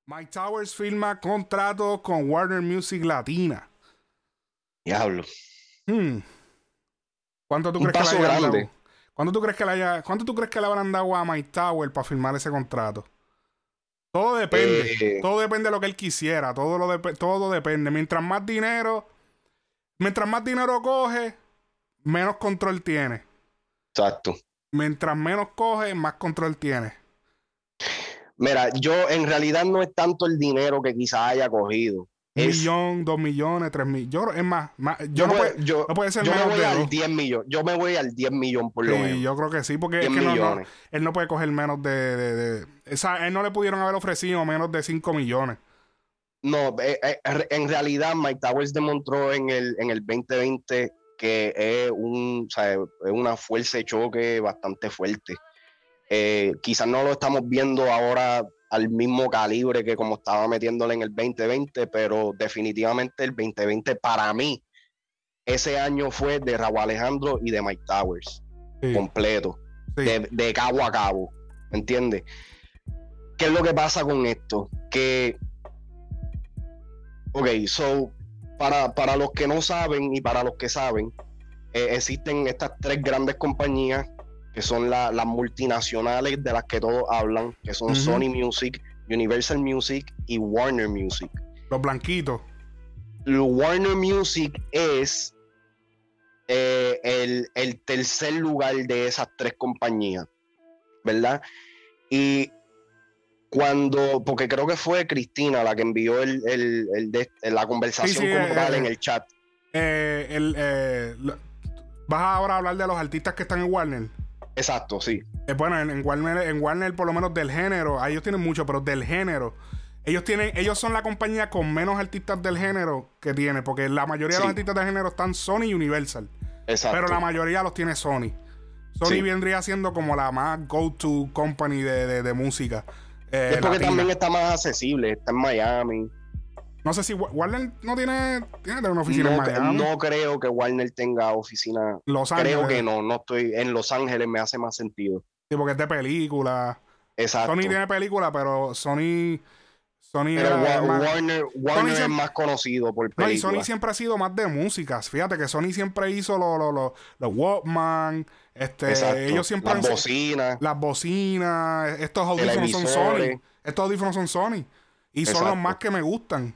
Mike Towers firma contrato con Warner Music Latina. Diablo. ¿Cuánto tú Un crees que le paso hayan grande. dado? ¿Cuánto tú crees que le habrán dado a Mike Towers para firmar ese contrato? Todo depende. Eh, Todo depende de lo que él quisiera. Todo depende. Mientras más dinero coge, menos control tiene. exacto. Mientras menos coge, más control tiene. Mira, yo en realidad no es tanto el dinero que quizás haya cogido. Un Es, millón, 2 millones, 3 millones. Yo creo, es más, yo, no puede ser yo me menos voy de al 2. 10 millones. Yo me voy al 10 millones por lo Sí, menos. yo creo que sí, porque es 10 que millones. él no puede coger menos o sea, él no le pudieron haber ofrecido menos de 5 millones. No, en realidad Mike Towers demostró en el 2020 que o sea, es una fuerza de choque bastante fuerte. Quizás no lo estamos viendo ahora al mismo calibre que como estaba metiéndole en el 2020, pero definitivamente el 2020 para mí, ese año fue de Raúl Alejandro y de Mike Towers, Sí, completo, sí. de cabo a cabo, ¿me entiendes? ¿Qué es lo que pasa con esto? Que, ok, so, para los que no saben y para los que saben, existen estas tres grandes compañías que son las multinacionales de las que todos hablan, que son Sony Music, Universal Music y Warner Music. Los blanquitos. Warner Music es el tercer lugar de esas tres compañías, ¿verdad? Y porque creo que fue Cristina la que envió la conversación Sí, como tal en el chat. Vas ahora a hablar de los artistas que están en Warner. Exacto, sí. Bueno, en Warner, por lo menos del género, ellos tienen mucho, pero del género. Ellos son la compañía con menos artistas del género que tiene, porque la mayoría de los artistas del género están Sony y Universal. Exacto. Pero la mayoría los tiene Sony. Sony vendría siendo como la más go-to company de música. Es porque latina. también está más accesible, está en Miami. No sé si Warner no tiene una oficina en Miami. No creo que Warner tenga oficina. Los Ángeles. Creo que no estoy. En Los Ángeles me hace más sentido. Sí, porque es de película. Exacto. Sony tiene película, pero Sony pero Warner es más conocido por películas. No, y Sony siempre ha sido más de músicas. Fíjate que Sony siempre hizo los Walkman. Ellos siempre las bocinas. Estos audífonos son Sony. Estos audífonos son Sony. Y son los más que me gustan.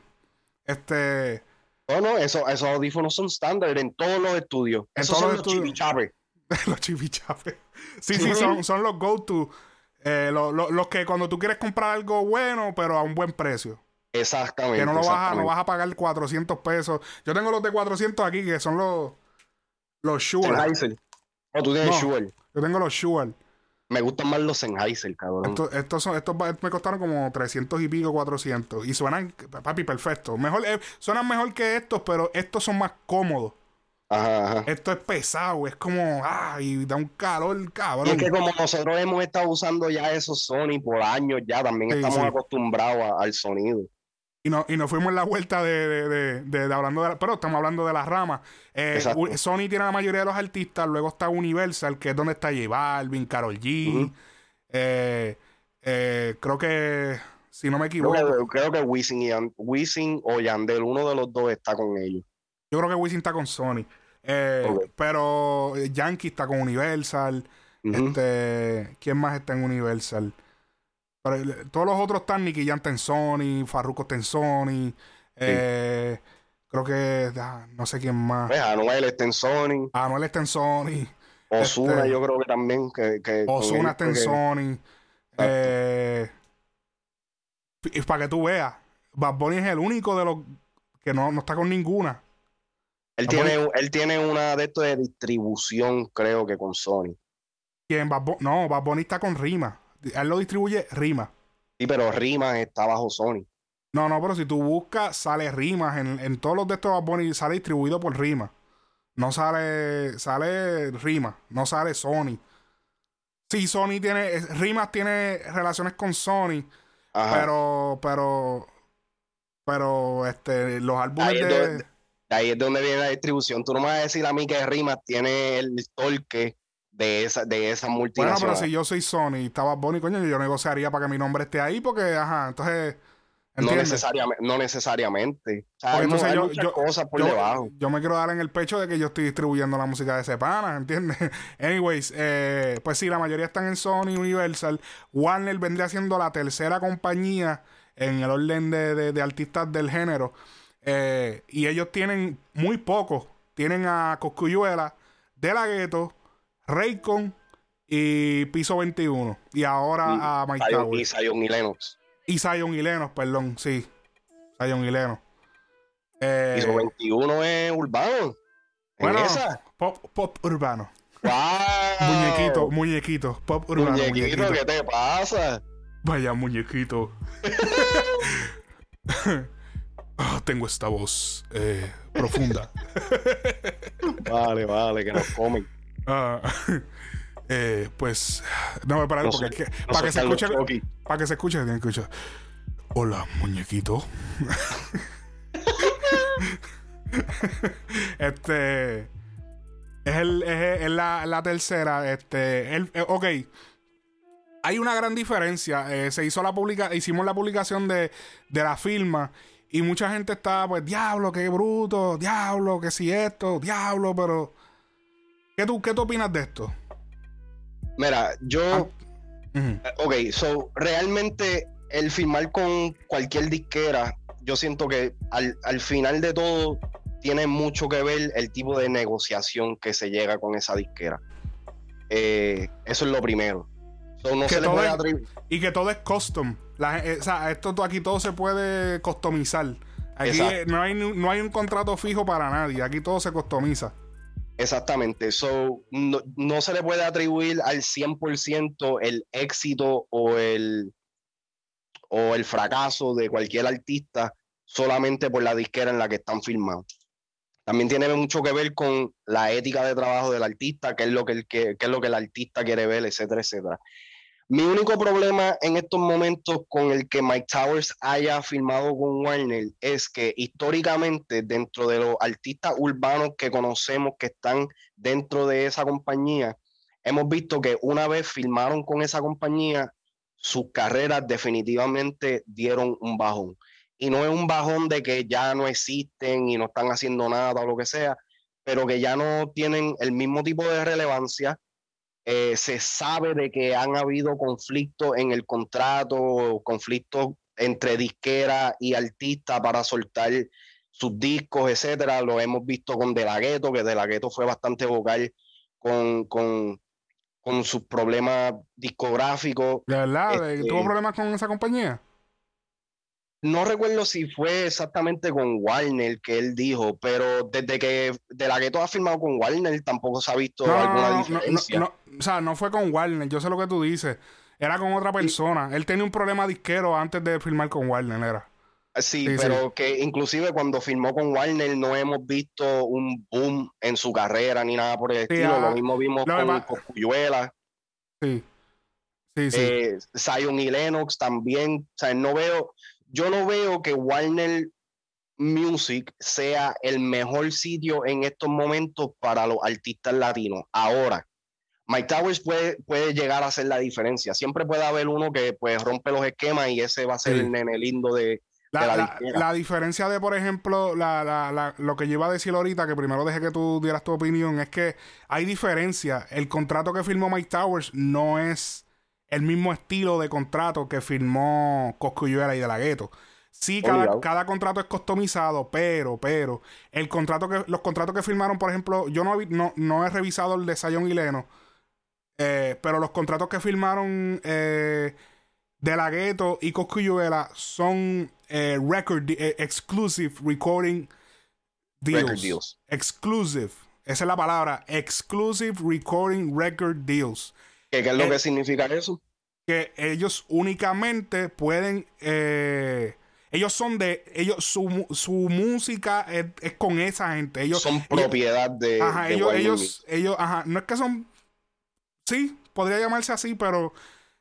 No, esos audífonos son estándar en todos los estudios. Esos son los chipichapes. Los chipichapes. Sí, son los go-to. Los que cuando tú quieres comprar algo bueno, pero a un buen precio. Exactamente. Que no vas a pagar 400 pesos. Yo tengo los de 400 aquí, que son los Shure. Sennheiser. Tú tienes Shure. Yo tengo los Shure. Me gustan más los Sennheiser, cabrón. Estos me costaron como 300 y pico, 400. Y suenan, papi, perfecto. Suenan mejor que estos, pero estos son más cómodos. Ajá. Esto es pesado, es como, y da un calor, cabrón. Y es que como nosotros hemos estado usando ya esos Sony por años ya, también estamos acostumbrados al sonido. Y nos fuimos en la vuelta de hablando pero estamos hablando de las ramas. Sony tiene la mayoría de los artistas, luego está Universal, que es donde está J Balvin, Karol G. Creo que, si no me equivoco, creo que Wisin o Yandel, uno de los dos está con ellos. Yo creo que Wisin está con Sony. Pero Yankee está con Universal. ¿Quién más está en Universal? Pero, todos los otros están. Nicky Jam está en Sony. Farruko está en Sony. Creo que no sé quién más. Anuel está en Sony. Anuel está en Sony. Ozuna yo creo que también Ozuna está en Sony. Y para que tú veas, Bad Bunny es el único de los que no está con ninguna. Él tiene una de estos de distribución, creo que con Sony. ¿Quién? No, Bad Bunny está con Rima. Él lo distribuye Rima. Sí, pero Rima está bajo Sony. No, pero si tú buscas, sale Rimas. En todos los de estos Bad Bunny sale distribuido por Rima. No sale Rima, no sale Sony. Sí, Rimas tiene relaciones con Sony. Ajá. Pero los álbumes ahí es donde viene la distribución. Tú no me vas a decir a mí que Rimas tiene el torque de esa multinacional. Bueno, pero si yo soy Sony y estaba Bonnie, coño, yo negociaría para que mi nombre esté ahí, porque, entonces No necesariamente. O sea, hay muchas cosas por debajo. Yo me quiero dar en el pecho de que yo estoy distribuyendo la música de ese pana, ¿entiendes? Anyways, pues sí, la mayoría están en Sony, Universal. Warner vendría siendo la tercera compañía en el orden de artistas del género. Y ellos tienen muy pocos. Tienen a Cosculluela, De La Ghetto, Raycon y Piso 21. Y ahora a Mike Towers. Y Zion y Lennox. Y Zion y Lennox, perdón, sí. Zion y Lennox. Piso 21 es urbano. Bueno, pop urbano. ¡Wow! Muñequito, pop urbano. Muñequito, ¿qué te pasa? Vaya muñequito. Tengo esta voz profunda. Vale, que nos comen. Pues no, para que se escuche. Para que se escuche, tienen que escuchar. Hola, muñequito. Es la tercera. Ok. Hay una gran diferencia. Hicimos la publicación de la firma. Y mucha gente está, pues, diablo, qué bruto, diablo, que si esto, diablo, pero. ¿Qué tú opinas de esto? Mira, ok, so realmente el firmar con cualquier disquera, yo siento que al final de todo tiene mucho que ver el tipo de negociación que se llega con esa disquera. Eso es lo primero. So, no se le puede atribuir. Y que todo es custom. O sea, aquí todo se puede customizar. Aquí no hay un contrato fijo para nadie. Aquí todo se customiza. Exactamente. So, no se le puede atribuir al 100% el éxito o el fracaso de cualquier artista solamente por la disquera en la que están firmados. También tiene mucho que ver con la ética de trabajo del artista, qué es lo que el artista quiere ver, etcétera, etcétera. Mi único problema en estos momentos con el que Mike Towers haya firmado con Warner es que históricamente dentro de los artistas urbanos que conocemos que están dentro de esa compañía, hemos visto que una vez firmaron con esa compañía, sus carreras definitivamente dieron un bajón. Y no es un bajón de que ya no existen y no están haciendo nada o lo que sea, pero que ya no tienen el mismo tipo de relevancia. Se sabe de que han habido conflictos en el contrato, conflictos entre disquera y artista para soltar sus discos, etcétera. Lo hemos visto con De La Ghetto, que De La Ghetto fue bastante vocal con sus problemas discográficos. ¿De verdad? ¿Tuvo problemas con esa compañía? No recuerdo si fue exactamente con Warner que él dijo, pero desde que De La Ghetto ha firmado con Warner tampoco se ha visto alguna diferencia. O sea, no fue con Warner, yo sé lo que tú dices. Era con otra persona. Él tenía un problema disquero antes de firmar con Warner, era. Sí, pero que inclusive cuando firmó con Warner no hemos visto un boom en su carrera ni nada por el estilo. Lo mismo vimos con Cosculluela. Sí. Zion y Lennox también. O sea, yo no veo que Warner Music sea el mejor sitio en estos momentos para los artistas latinos. Ahora, Mike Towers puede llegar a hacer la diferencia. Siempre puede haber uno que pues rompe los esquemas y ese va a ser el nene lindo de la disquera. La diferencia de, por ejemplo, lo que yo iba a decir ahorita, que primero dejé que tú dieras tu opinión, es que hay diferencia. El contrato que firmó Mike Towers no es el mismo estilo de contrato que firmó Cosculluela y De La Ghetto. Sí, cada contrato es customizado, pero los contratos que firmaron, por ejemplo, yo no he revisado el de Zion y Lennox, pero los contratos que firmaron De La Ghetto y Cosculluela son exclusive recording deals. Exclusive. Esa es la palabra. Exclusive recording record deals. ¿Qué es lo que significa eso? Que ellos únicamente pueden... su música es con esa gente. Ellos son propiedad de ellos, no es que son... Sí, podría llamarse así, pero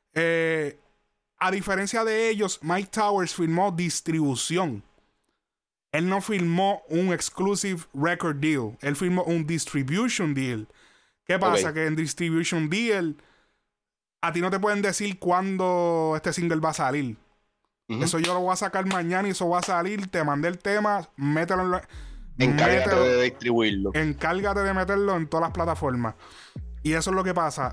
a diferencia de ellos, Mike Towers firmó distribución. Él no firmó un exclusive record deal. Él firmó un distribution deal. ¿Qué pasa? Que en distribution deal a ti no te pueden decir cuándo este single va a salir. Eso yo lo voy a sacar mañana y eso va a salir. Te mandé el tema, mételo Encárgate de distribuirlo. Encárgate de meterlo en todas las plataformas. Y eso es lo que pasa.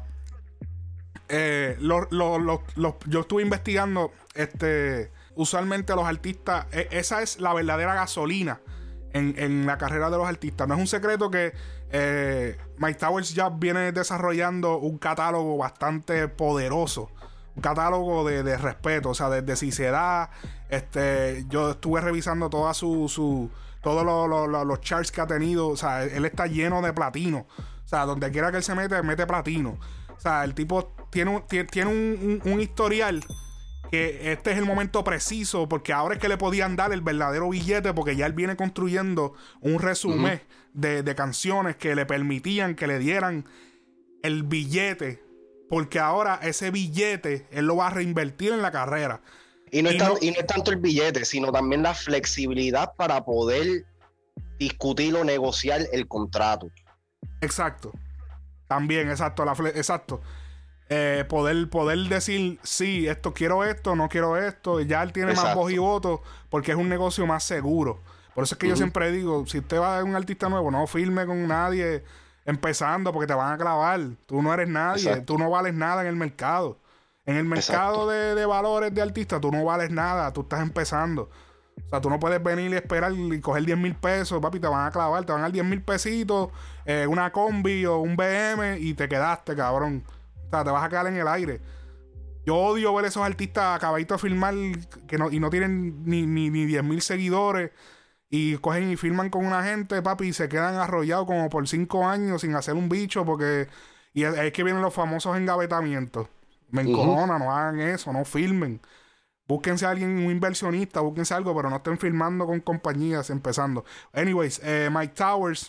Yo estuve investigando. Usualmente los artistas, esa es la verdadera gasolina en la carrera de los artistas. No es un secreto que Myke Towers ya viene desarrollando un catálogo bastante poderoso. Un catálogo de respeto, o sea, de sinceridad. Yo estuve revisando todos los charts que ha tenido. O sea, él está lleno de platino. O sea, donde quiera que él se mete platino. O sea, el tipo tiene un historial que este es el momento preciso, porque ahora es que le podían dar el verdadero billete, porque ya él viene construyendo un resumen de canciones que le permitían que le dieran el billete, porque ahora ese billete él lo va a reinvertir en la carrera. Y no es tanto el billete, sino también la flexibilidad para poder discutir o negociar el contrato. Exacto. También, exacto. Exacto. Poder decir, sí, quiero esto, no quiero esto. Ya él tiene más voz y voto porque es un negocio más seguro. Por eso es que yo siempre digo, si usted va a un artista nuevo, no firme con nadie empezando porque te van a clavar. Tú no eres nadie, tú no vales nada en el mercado. En el mercado de valores de artistas, tú no vales nada, tú estás empezando. O sea, tú no puedes venir y esperar y coger 10,000 pesos, papi, te van a clavar, te van a dar 10,000 pesitos, una combi o un BM y te quedaste, cabrón. O sea, te vas a quedar en el aire. Yo odio ver esos artistas acabaditos de filmar y no tienen ni 10,000 seguidores y cogen y filman con una gente, papi, y se quedan arrollados como por 5 años sin hacer un bicho y es que vienen los famosos engavetamientos. Me encojona, no hagan eso, no filmen. Búsquense a alguien, un inversionista, búsquense algo, pero no estén filmando con compañías empezando. Anyways, Myke Towers,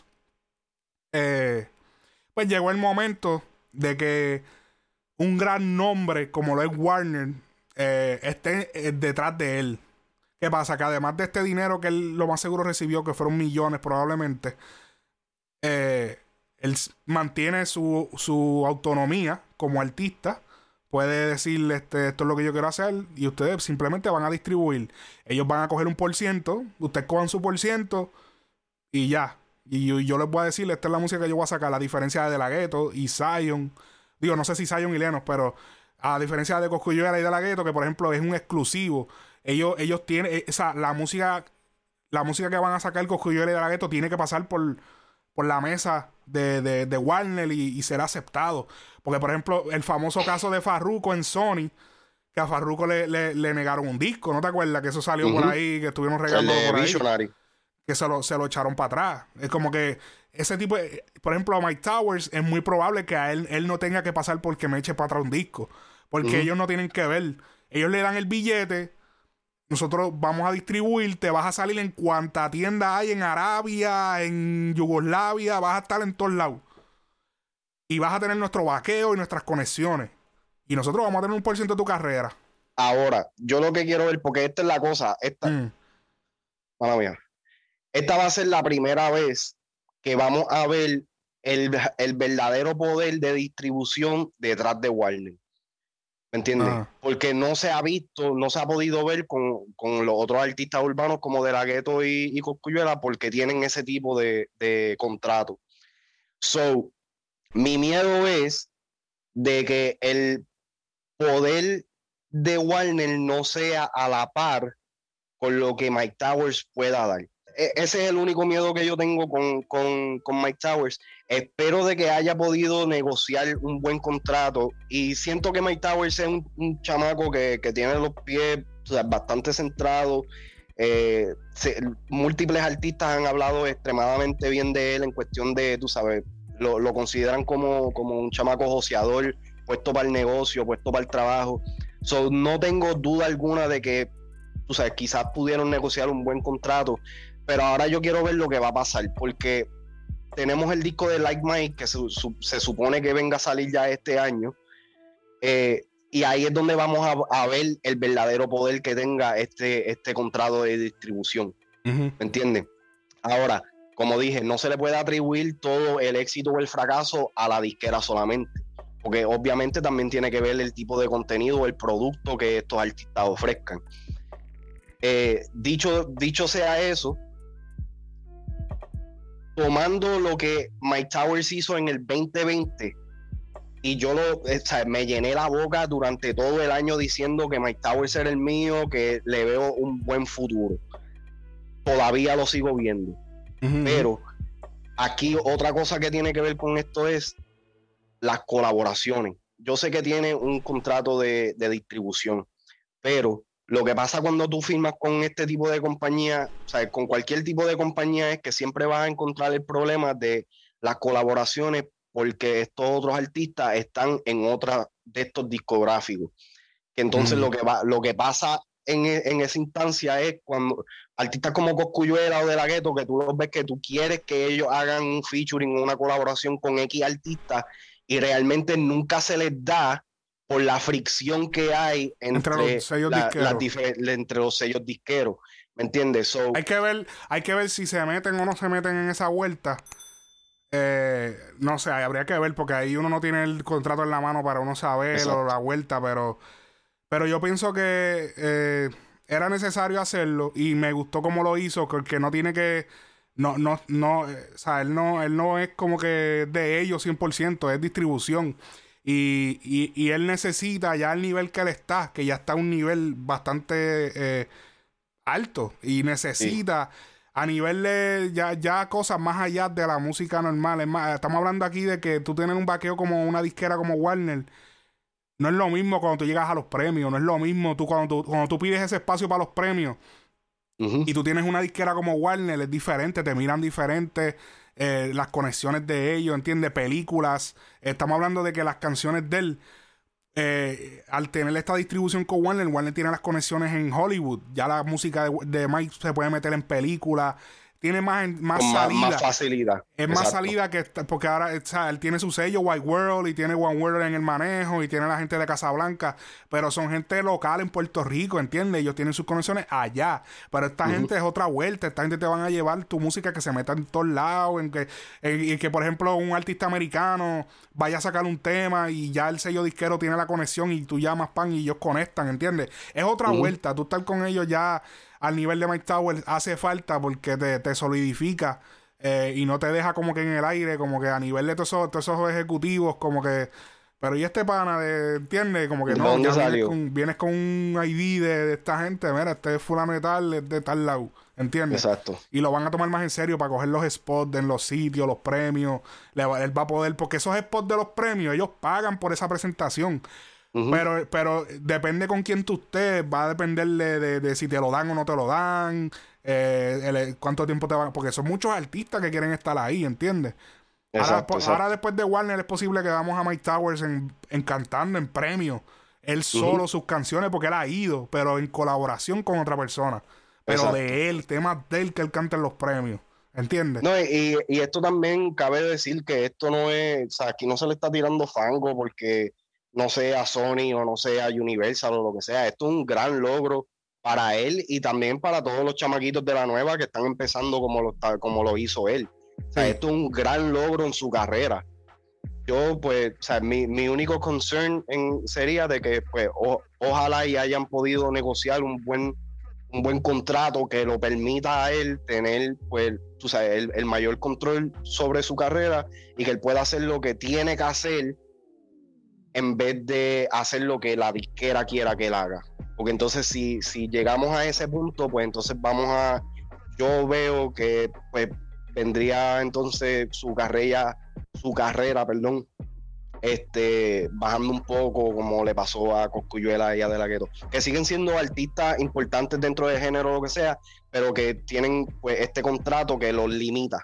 pues llegó el momento de que un gran nombre como lo es Warner esté detrás de él. ¿Qué pasa? Que además de este dinero que él lo más seguro recibió, que fueron millones probablemente, él mantiene su autonomía como artista. Puede decirle, esto es lo que yo quiero hacer, y ustedes simplemente van a distribuir. Ellos van a coger un %, ustedes cojan su % y ya. Y yo les voy a decir, esta es la música que yo voy a sacar, la diferencia de De La Ghetto y Zion. Digo, no sé si Zion y Lennox, pero a diferencia de Cosculluela y De La Ghetto, que por ejemplo es un exclusivo. Ellos tienen, o sea, la música que van a sacar Cosculluela y De La Ghetto tiene que pasar por la mesa de Warner y ser aceptado. Porque, por ejemplo, el famoso caso de Farruko en Sony, que a Farruko le negaron un disco, ¿no te acuerdas? Que eso salió por ahí, que estuvieron regando por ahí. Que se lo echaron para atrás. Es como que ese tipo por ejemplo, a Myke Towers es muy probable que a él no tenga que pasar porque me eche para atrás un disco. Porque ellos no tienen que ver. Ellos le dan el billete, nosotros vamos a distribuir, te vas a salir en cuanta tienda hay en Arabia, en Yugoslavia, vas a estar en todos lados. Y vas a tener nuestro vaqueo y nuestras conexiones. Y nosotros vamos a tener un % de tu carrera. Ahora, yo lo que quiero ver, porque esta es la cosa, mala mía, esta va a ser la primera vez que vamos a ver el verdadero poder de distribución detrás de Warner. ¿Me entiendes? Porque no se ha visto, no se ha podido ver con los otros artistas urbanos como De La Ghetto y Cosculluela, porque tienen ese tipo de contrato. So, mi miedo es de que el poder de Warner no sea a la par con lo que Myke Towers pueda dar. Ese es el único miedo que yo tengo con Myke Towers. Espero de que haya podido negociar un buen contrato y siento que Myke Towers es un chamaco que tiene los pies, o sea, bastante centrados. Múltiples artistas han hablado extremadamente bien de él en cuestión de, tú sabes, lo consideran como un chamaco joseador, puesto para el negocio, puesto para el trabajo. So, no tengo duda alguna de que, tú sabes, quizás pudieron negociar un buen contrato, pero ahora yo quiero ver lo que va a pasar, porque tenemos el disco de Like Mike que se supone que venga a salir ya este año, y ahí es donde vamos a ver el verdadero poder que tenga este contrato de distribución. ¿Me entiendes? Ahora, como dije, no se le puede atribuir todo el éxito o el fracaso a la disquera solamente, porque obviamente también tiene que ver el tipo de contenido o el producto que estos artistas ofrezcan. Dicho sea eso, tomando lo que Mike Towers hizo en el 2020, y yo me llené la boca durante todo el año diciendo que Mike Towers era el mío, que le veo un buen futuro. Todavía lo sigo viendo. Pero aquí otra cosa que tiene que ver con esto es las colaboraciones. Yo sé que tiene un contrato de distribución, pero lo que pasa cuando tú firmas con este tipo de compañía, o sea, con cualquier tipo de compañía, es que siempre vas a encontrar el problema de las colaboraciones, porque estos otros artistas están en otra de estos discográficos. Que entonces lo que pasa en esa instancia es cuando artistas como Cosculluela o De La Ghetto, que tú los ves que tú quieres que ellos hagan un featuring o una colaboración con X artistas y realmente nunca se les da por la fricción que hay entre los sellos disqueros. ¿Me entiendes? Hay que ver si se meten o no se meten en esa vuelta. No sé, habría que ver, porque ahí uno no tiene el contrato en la mano para uno saber la vuelta, pero yo pienso que era necesario hacerlo y me gustó cómo lo hizo, porque no tiene que... o sea, él no es como que de ellos 100%, es distribución. Y él necesita ya el nivel que él está, que ya está a un nivel bastante alto, y necesita a nivel de ya cosas más allá de la música normal. Es más, estamos hablando aquí de que tú tienes un vaqueo como una disquera como Warner. No es lo mismo cuando tú llegas a los premios, no es lo mismo cuando tú pides ese espacio para los premios y tú tienes una disquera como Warner, es diferente, te miran diferente, las conexiones de ellos, ¿entiendes? Películas, estamos hablando de que las canciones de él, al tener esta distribución con Warner tiene las conexiones en Hollywood, ya la música de Mike se puede meter en películas, tiene más salida. Más facilidad. Es más salida porque ahora, o sea, él tiene su sello White World y tiene One World en el manejo y tiene la gente de Casablanca, pero son gente local en Puerto Rico, ¿entiendes? Ellos tienen sus conexiones allá, pero esta gente es otra vuelta. Esta gente te van a llevar tu música que se meta en todos lados, y que por ejemplo un artista americano vaya a sacar un tema y ya el sello disquero tiene la conexión y tú llamas pan y ellos conectan, ¿entiendes? Es otra vuelta. Tú estar con ellos ya al nivel de Mike Towers hace falta, porque te solidifica y no te deja como que en el aire, como que a nivel de todos esos ejecutivos, como que... Pero y este pana, ¿entiendes? Como que no, ya vienes con un ID de esta gente, mira, este es fulano de tal, es de tal lado, ¿entiendes? Exacto. Y lo van a tomar más en serio para coger los spots en los sitios, los premios. Él va a poder, porque esos spots de los premios, ellos pagan por esa presentación. Pero depende con quién tú estés, va a depender de si te lo dan o no te lo dan, cuánto tiempo te van, porque son muchos artistas que quieren estar ahí, ¿entiendes? Exacto. Ahora después de Warner es posible que veamos a Mike Towers en cantando en premios, él solo sus canciones, porque él ha ido, pero en colaboración con otra persona, pero de él, temas de él que él canta en los premios. ¿Entiendes? No, y esto también cabe decir que esto no es, o sea, aquí no se le está tirando fango porque no sea Sony o no sea Universal o lo que sea. Esto es un gran logro para él y también para todos los chamaquitos de la nueva que están empezando como lo hizo él. O sea, esto es un gran logro en su carrera. Yo, pues, o sea, mi único concern sería de que, pues, ojalá y hayan podido negociar un buen contrato que lo permita a él tener, pues, tú sabes, el mayor control sobre su carrera y que él pueda hacer lo que tiene que hacer en vez de hacer lo que la disquera quiera que él haga. Porque entonces si llegamos a ese punto, pues entonces yo veo que pues vendría entonces su carrera, bajando un poco, como le pasó a Cosculluela y a De La Ghetto, que siguen siendo artistas importantes dentro del género o lo que sea, pero que tienen pues este contrato que los limita.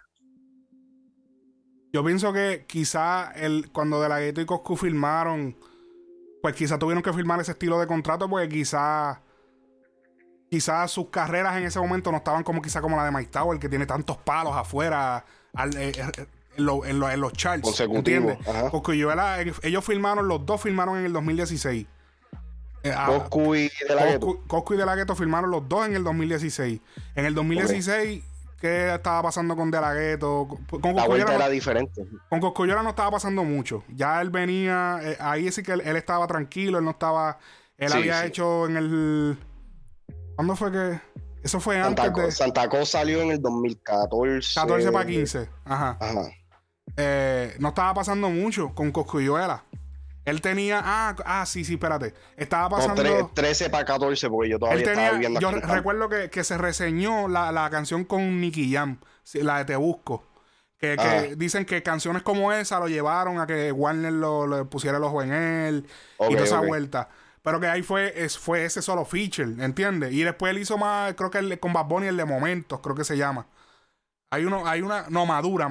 Yo pienso que quizá cuando De La Ghetto y Coscu firmaron, pues quizá tuvieron que firmar ese estilo de contrato, porque quizá sus carreras en ese momento no estaban como la de Mike Tower, que tiene tantos palos afuera en los charts, ¿entiendes? Porque ellos firmaron, los dos firmaron en el 2016. Coscu y De La Ghetto firmaron los dos en el 2016. En el 2016... ¿Qué estaba pasando con De La Ghetto? La vuelta era diferente. Con Cosculluela no estaba pasando mucho. Ya él venía... ahí sí que él estaba tranquilo. Él no estaba... Él había hecho en el... ¿Cuándo fue que...? Eso fue antes de... Santa Claus salió en el 2014. 14 para 15. Ajá. No estaba pasando mucho con Cosculluela. Él tenía... sí, espérate. Estaba pasando... No, 13 para 14, porque yo todavía estaba viviendo aquí. Yo recuerdo que se reseñó la canción con Nicky Jam, la de Te Busco. Que dicen que canciones como esa lo llevaron a que Warner le pusiera el ojo en él y toda esa vuelta. Pero que ahí fue ese solo feature, ¿entiendes? Y después él hizo más, creo que con Bad Bunny, el de Momentos, creo que se llama. Madura.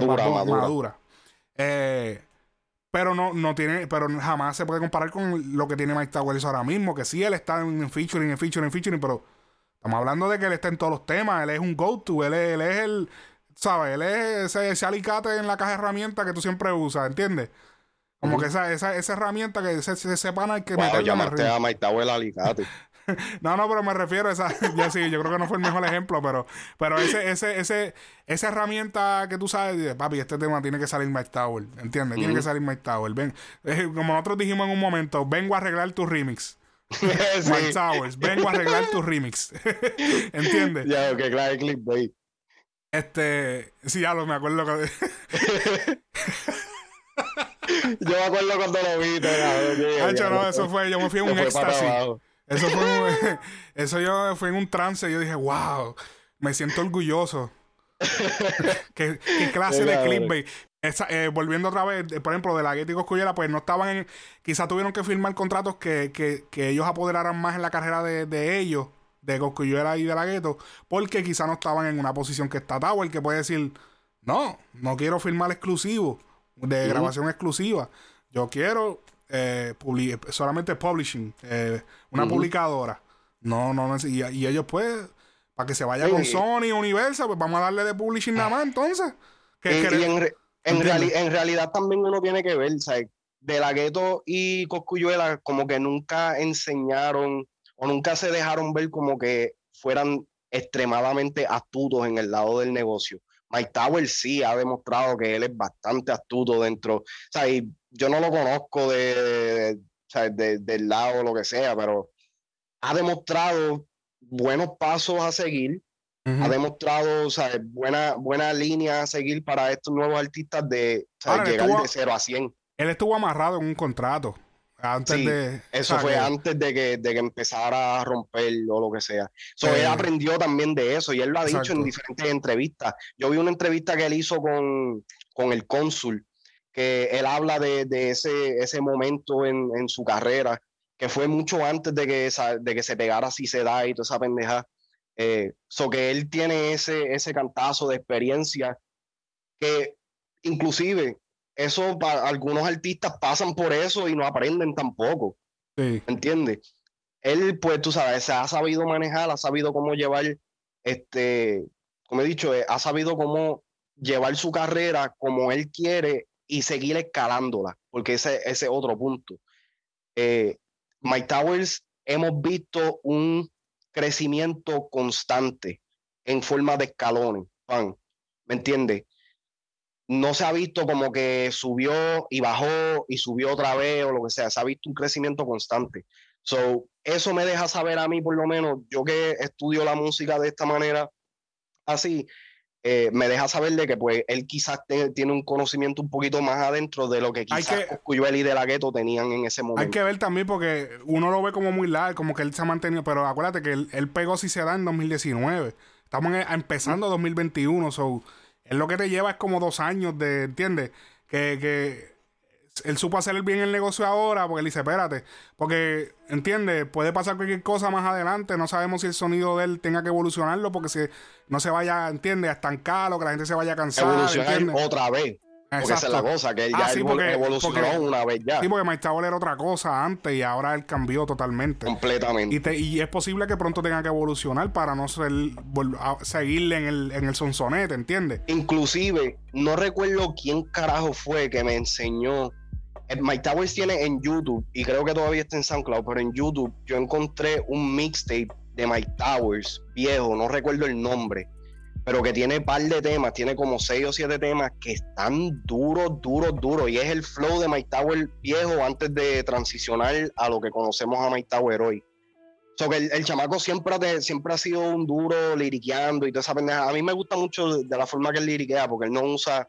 Pero no tiene, pero jamás se puede comparar con lo que tiene Mike Towers ahora mismo, que sí, él está en featuring, pero estamos hablando de que él está en todos los temas, él es un go-to, él es el, ¿sabes? Él es ese alicate en la caja de herramientas que tú siempre usas, ¿entiendes? Como que esa herramienta que ese pana hay que meterle. Llamaste a Mike Towers el alicate. No, pero me refiero a esa. Ya sí, yo creo que no fue el mejor ejemplo, pero esa herramienta que tú sabes, papi, este tema tiene que salir Mike Tower, ¿entiendes? Tiene que salir Mike Tower. Ven, como nosotros dijimos en un momento, vengo a arreglar tu remix. Sí. Mike Towers, vengo a arreglar tu remix. ¿Entiendes? Ya, ok, claro, clickbait. Sí, ya me acuerdo que... Yo me acuerdo cuando lo vi. Eso fue, yo me fui en un éxtasis. Eso yo fui en un trance. Yo dije, wow, me siento orgulloso. ¿Qué clase de clickbait? Volviendo otra vez, por ejemplo, de la Gueto y Cosculluela, pues no estaban en... Quizás tuvieron que firmar contratos que ellos apoderaran más en la carrera de ellos, de Cosculluela y de la Gueto, porque quizás no estaban en una posición que está Tower, que puede decir, no quiero firmar exclusivo, de grabación exclusiva. Yo quiero solamente publishing, una publicadora. Y ellos pues, para que se vaya con Sony, Universal, pues vamos a darle de publishing nada más entonces. En realidad también uno tiene que ver, ¿sabes? De la Gueto y Cosculluela como que nunca enseñaron o nunca se dejaron ver como que fueran extremadamente astutos en el lado del negocio. Mike Tower sí ha demostrado que él es bastante astuto dentro, o sea, y yo no lo conozco del lado o lo que sea, pero ha demostrado buenos pasos a seguir, ha demostrado, o sea, buena línea a seguir para estos nuevos artistas de llegar de 0 a 100. Él estuvo amarrado en un contrato. Eso fue antes de que empezara a romper o lo que sea. Él aprendió también de eso y él lo ha dicho en diferentes entrevistas. Yo vi una entrevista que él hizo con el Cónsul, que él habla de ese momento en su carrera, que fue mucho antes de que se pegara Si Se Da y toda esa pendeja. Que él tiene ese cantazo de experiencia que inclusive... Eso para algunos artistas pasan por eso y no aprenden tampoco. Sí. ¿Entiendes? Él, pues, tú sabes, se ha sabido manejar, ha sabido cómo llevar, como he dicho, ha sabido cómo llevar su carrera como él quiere y seguir escalándola, porque ese es otro punto. Mike Towers, hemos visto un crecimiento constante en forma de escalones, ¿me entiendes? No se ha visto como que subió y bajó y subió otra vez o lo que sea. Se ha visto un crecimiento constante. Eso me deja saber a mí, por lo menos, yo que estudio la música de esta manera, así, me deja saber de que pues él quizás tiene un conocimiento un poquito más adentro de lo que quizás Cosculluela y De La Gueto tenían en ese momento. Hay que ver también porque uno lo ve como muy largo, como que él se ha mantenido, pero acuérdate que él pegó Si Se Da en 2019. Estamos empezando 2021, él lo que te lleva es como 2 años ¿entiendes? Que él supo hacer bien el negocio ahora porque él dice, espérate, porque, ¿entiendes? Puede pasar cualquier cosa más adelante, no sabemos si el sonido de él tenga que evolucionarlo porque no se vaya, ¿entiendes? A estancarlo, que la gente se vaya a cansar. Evolucionar otra vez. Porque esa es la cosa, que él ya evolucionó una vez ya. Sí, porque Mike Tower era otra cosa antes y ahora él cambió totalmente. Completamente. Y es posible que pronto tenga que evolucionar para no seguirle en el sonsonete, ¿entiendes? Inclusive, no recuerdo quién carajo fue que me enseñó. Mike Towers tiene en YouTube, y creo que todavía está en SoundCloud, pero en YouTube yo encontré un mixtape de Mike Towers viejo, no recuerdo el nombre, pero que tiene un par de temas, tiene como 6 o 7 temas que están duros, y es el flow de Mike Tower viejo antes de transicionar a lo que conocemos a Mike Tower hoy. So que el chamaco siempre ha sido un duro liriqueando y toda esa pendeja. A mí me gusta mucho de la forma que él liriquea, porque él no usa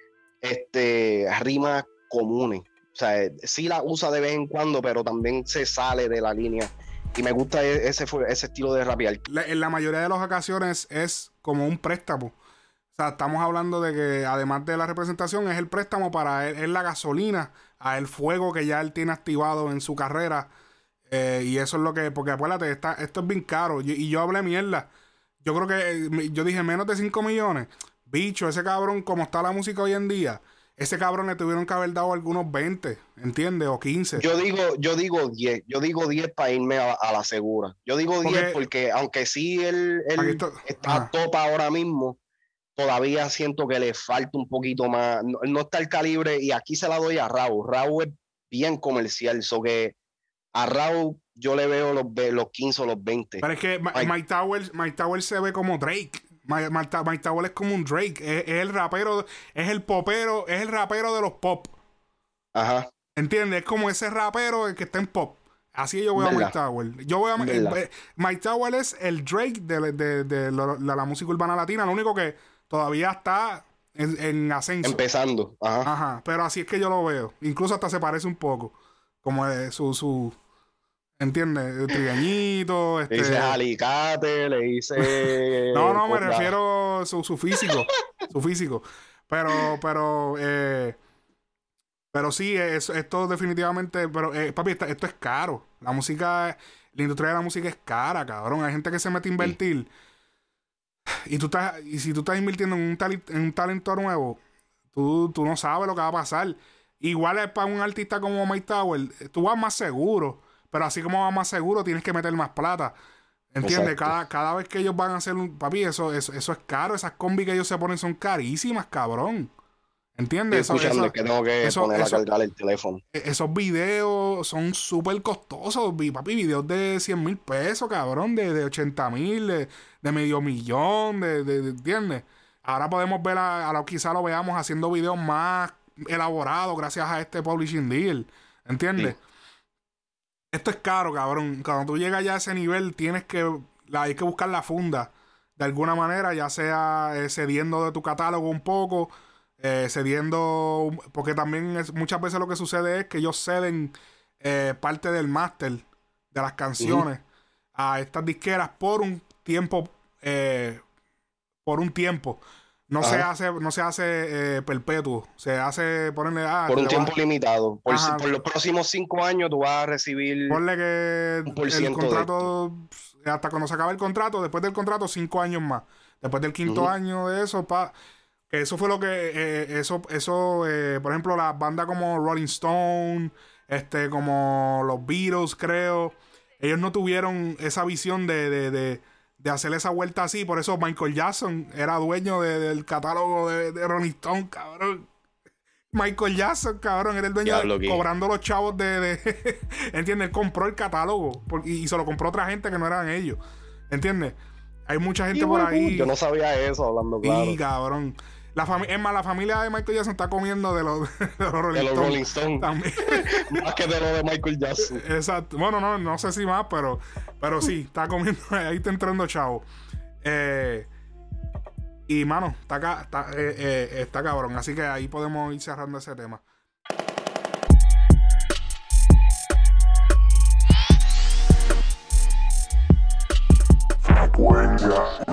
rimas comunes. O sea, sí la usa de vez en cuando, pero también se sale de la línea. Y me gusta ese estilo de rapear. En la mayoría de las ocasiones es como un préstamo. O sea, estamos hablando de que además de la representación es el préstamo para él, es la gasolina a el fuego que ya él tiene activado en su carrera. Y eso es lo que... Porque acuérdate, esto es bien caro. Y yo hablé mierda. Yo creo que... Yo dije menos de 5 millones. Bicho, ese cabrón, como está la música hoy en día, ese cabrón le tuvieron que haber dado algunos 20, ¿entiendes? O 15. Yo digo 10. Yo digo 10 para irme a la segura. Yo digo 10 porque aunque sí él está top ahora mismo, todavía siento que le falta un poquito más. No está el calibre, y aquí se la doy a Raúl. Raúl es bien comercial, so que a Raúl yo le veo los 15 o los 20. Pero es que Mike Tower se ve como Drake. Mike Tower es como un Drake. Es el rapero, es el popero, es el rapero de los pop. Ajá. ¿Entiendes? Es como ese rapero el que está en pop. Así yo veo a Mike Tower. Yo veo Mike Tower es el Drake de la música urbana latina. Lo único que todavía está en ascenso. Empezando. Ajá. Pero así es que yo lo veo. Incluso hasta se parece un poco. Como su ¿entiendes? Trigueñito. Le dice alicate, le dice... No, me refiero a su físico. Su físico. Pero sí, esto definitivamente... Pero, papi, esto es caro. La industria de la música es cara, cabrón. Hay gente que se mete a invertir. Y si tú estás invirtiendo en un talento nuevo, tú no sabes lo que va a pasar. Igual es para un artista como Mike Tower, tú vas más seguro, pero así como vas más seguro, tienes que meter más plata. ¿Entiendes? Cada vez que ellos van a hacer papi, eso es caro. Esas combis que ellos se ponen son carísimas, cabrón. ¿Entiendes? Estoy escuchando que tengo que poner a cargar el teléfono. Esos videos son súper costosos, papi. Videos de 100,000 pesos, cabrón. De 80,000, de $500,000, ¿entiendes? Ahora podemos ver, quizá lo veamos haciendo videos más elaborados gracias a este publishing deal. ¿Entiendes? Sí. Esto es caro, cabrón. Cuando tú llegas ya a ese nivel, hay que buscar la funda de alguna manera, ya sea cediendo de tu catálogo un poco, cediendo, porque también muchas veces lo que sucede es que ellos ceden parte del máster de las canciones a estas disqueras por un tiempo. No se hace perpetuo. Se hace ponerle... por un tiempo limitado. Por los próximos 5 años tú vas a recibir... Ponle que el contrato... Hasta cuando se acabe el contrato, después del contrato, 5 años más. Después del quinto año de eso, que eso fue lo que... por ejemplo, las bandas como Rolling Stone, como los Beatles, creo, ellos no tuvieron esa visión de hacer esa vuelta así. Por eso Michael Jackson era dueño del catálogo de Rolling Stone, cabrón. Michael Jackson, cabrón, era el dueño cobrando los chavos ¿entiendes? Él compró el catálogo y se lo compró otra gente que no eran ellos. ¿Entiendes? Hay mucha gente por ahí. Yo no sabía eso, hablando claro. Sí, cabrón. Es más, la familia de Michael Jackson está comiendo de los Rolling Stones. También. Más que de lo de Michael Jackson. Exacto. Bueno, no sé si más, pero sí, está comiendo. Ahí está entrando chavo. Y, mano, está cabrón. Así que ahí podemos ir cerrando ese tema. Frecuencia.